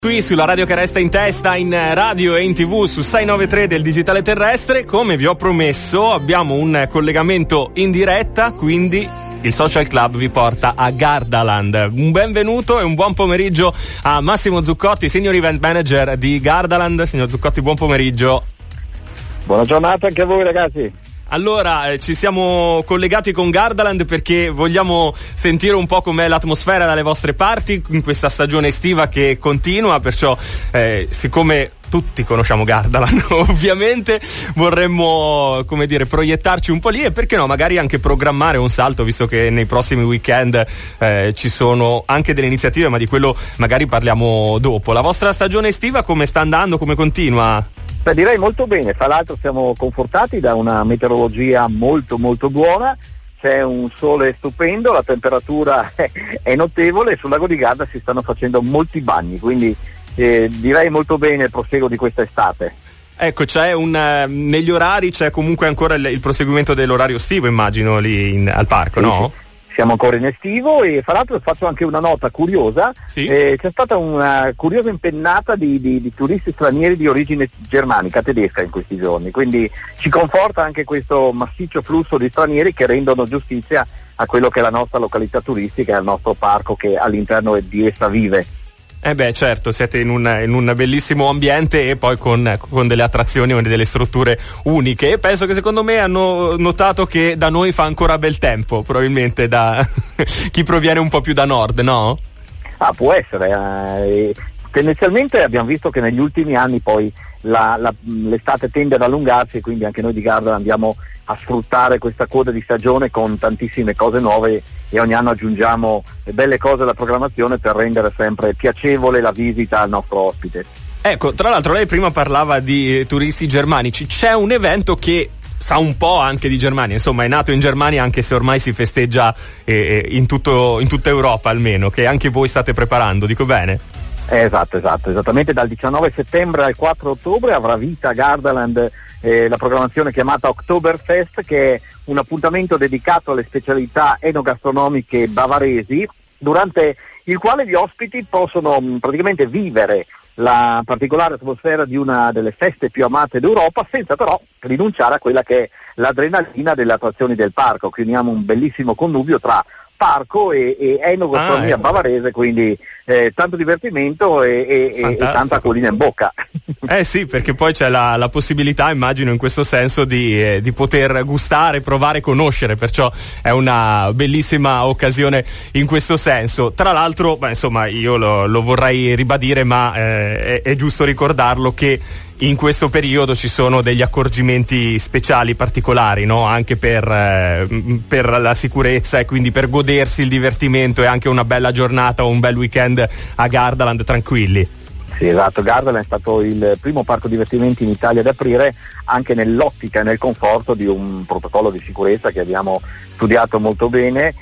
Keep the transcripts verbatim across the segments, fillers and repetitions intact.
Qui sulla radio che resta in testa, in radio e in tv su sei nove tre del digitale terrestre. Come vi ho promesso, abbiamo un collegamento in diretta, quindi il Social Club vi porta a Gardaland. Un benvenuto e un buon pomeriggio a Massimo Zuccotti, Senior Event Manager di Gardaland. Signor Zuccotti, buon pomeriggio. Buona giornata anche a voi, ragazzi. Allora, eh, ci siamo collegati con Gardaland perché vogliamo sentire un po' com'è l'atmosfera dalle vostre parti in questa stagione estiva che continua, perciò eh, siccome tutti conosciamo Gardaland ovviamente vorremmo, come dire, proiettarci un po' lì e perché no, magari anche programmare un salto, visto che nei prossimi weekend eh, ci sono anche delle iniziative, ma di quello magari parliamo dopo. La vostra stagione estiva come sta andando, come continua? Beh, direi molto bene, fra l'altro siamo confortati da una meteorologia molto molto buona, c'è un sole stupendo, la temperatura è notevole e sul lago di Garda si stanno facendo molti bagni, quindi eh, direi molto bene il proseguo di questa estate. Ecco, c'è un uh, negli orari c'è comunque ancora il, il proseguimento dell'orario estivo, immagino, lì in, al parco, sì, no? Sì. Siamo ancora in estivo e fra l'altro faccio anche una nota curiosa, sì. eh, c'è stata una curiosa impennata di, di, di turisti stranieri di origine germanica, tedesca in questi giorni, quindi ci conforta anche questo massiccio flusso di stranieri che rendono giustizia a quello che è la nostra località turistica e al nostro parco che all'interno di essa vive. Eh beh, certo, siete in un, in un bellissimo ambiente e poi con, con delle attrazioni e delle strutture uniche, e penso che secondo me hanno notato che da noi fa ancora bel tempo, probabilmente da chi proviene un po' più da nord, no? Ah, può essere, eh, tendenzialmente abbiamo visto che negli ultimi anni poi la, la, l'estate tende ad allungarsi e quindi anche noi di Garda andiamo a sfruttare questa coda di stagione con tantissime cose nuove e ogni anno aggiungiamo belle cose alla programmazione per rendere sempre piacevole la visita al nostro ospite. Ecco, tra l'altro lei prima parlava di eh, turisti germanici, c'è un evento che sa un po' anche di Germania, insomma è nato in Germania anche se ormai si festeggia eh, in, tutto, in tutta Europa almeno, che anche voi state preparando, dico bene? Esatto, esatto, esattamente dal diciannove settembre al quattro ottobre avrà vita a Gardaland eh, la programmazione chiamata Oktoberfest, che è un appuntamento dedicato alle specialità enogastronomiche bavaresi, durante il quale gli ospiti possono mh, praticamente vivere la particolare atmosfera di una delle feste più amate d'Europa, senza però rinunciare a quella che è l'adrenalina delle attrazioni del parco. Quindi abbiamo un bellissimo connubio tra parco e, e enogastronomia ah, ecco. bavarese, quindi eh, tanto divertimento e, e, e tanta acquolina in bocca. Eh sì, perché poi c'è la, la possibilità, immagino in questo senso, di, eh, di poter gustare, provare, conoscere, perciò è una bellissima occasione in questo senso. Tra l'altro, beh, insomma, io lo, lo vorrei ribadire, ma eh, è, è giusto ricordarlo che in questo periodo ci sono degli accorgimenti speciali particolari, no? Anche per, eh, per la sicurezza e quindi per godersi il divertimento e anche una bella giornata o un bel weekend a Gardaland tranquilli. Sì, esatto, Gardaland è stato il primo parco divertimenti in Italia ad aprire anche nell'ottica e nel conforto di un protocollo di sicurezza che abbiamo studiato molto bene.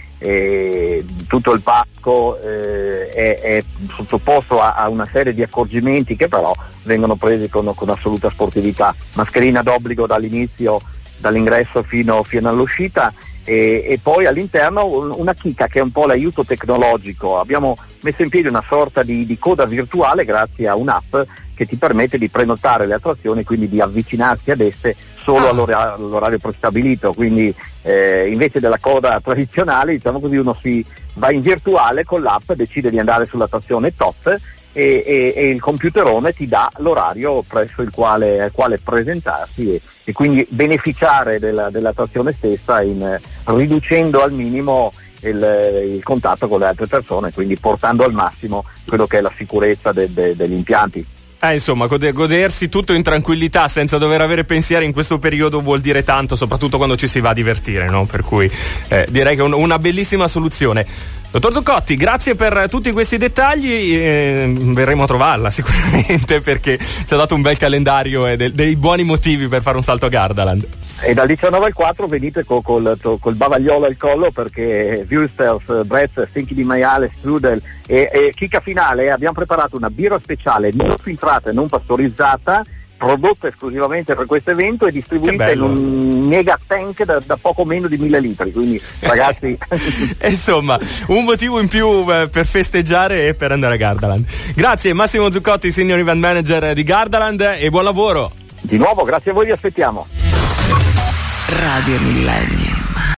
E tutto il parco eh, è, è sottoposto a, a una serie di accorgimenti che però vengono presi con, con assoluta sportività. Mascherina d'obbligo dall'inizio, dall'ingresso fino, fino all'uscita e, e poi all'interno una chicca che è un po' l'aiuto tecnologico. Abbiamo messo in piedi una sorta di, di coda virtuale grazie a un'app che ti permette di prenotare le attrazioni, quindi di avvicinarsi ad esse solo ah. all'ora- all'orario prestabilito, quindi eh, invece della coda tradizionale, diciamo così, uno si va in virtuale con l'app, decide di andare sull'attrazione tot e, e, e il computerone ti dà l'orario presso il quale, al quale presentarsi e, e quindi beneficiare della, dell'attrazione stessa in, riducendo al minimo il, il contatto con le altre persone, quindi portando al massimo quello che è la sicurezza de, de, degli impianti. Eh, insomma, godersi tutto in tranquillità senza dover avere pensieri in questo periodo vuol dire tanto, soprattutto quando ci si va a divertire, no? Per cui eh, direi che è un, una bellissima soluzione. Dottor Zuccotti, grazie per tutti questi dettagli, eh, verremo a trovarla sicuramente perché ci ha dato un bel calendario e de- dei buoni motivi per fare un salto a Gardaland. E dal diciannove al quattro venite col, col, col bavagliolo al collo perché Würsters, Bretz, stinchi di maiale, strudel e, e chicca finale, abbiamo preparato una birra speciale non filtrata e non pastorizzata prodotta esclusivamente per questo evento e distribuita in un mega tank da, da poco meno di mille litri, quindi ragazzi insomma un motivo in più eh, per festeggiare e per andare a Gardaland. Grazie Massimo Zuccotti, senior event manager di Gardaland, e buon lavoro di nuovo. Grazie a voi, vi aspettiamo. Radio Millennio.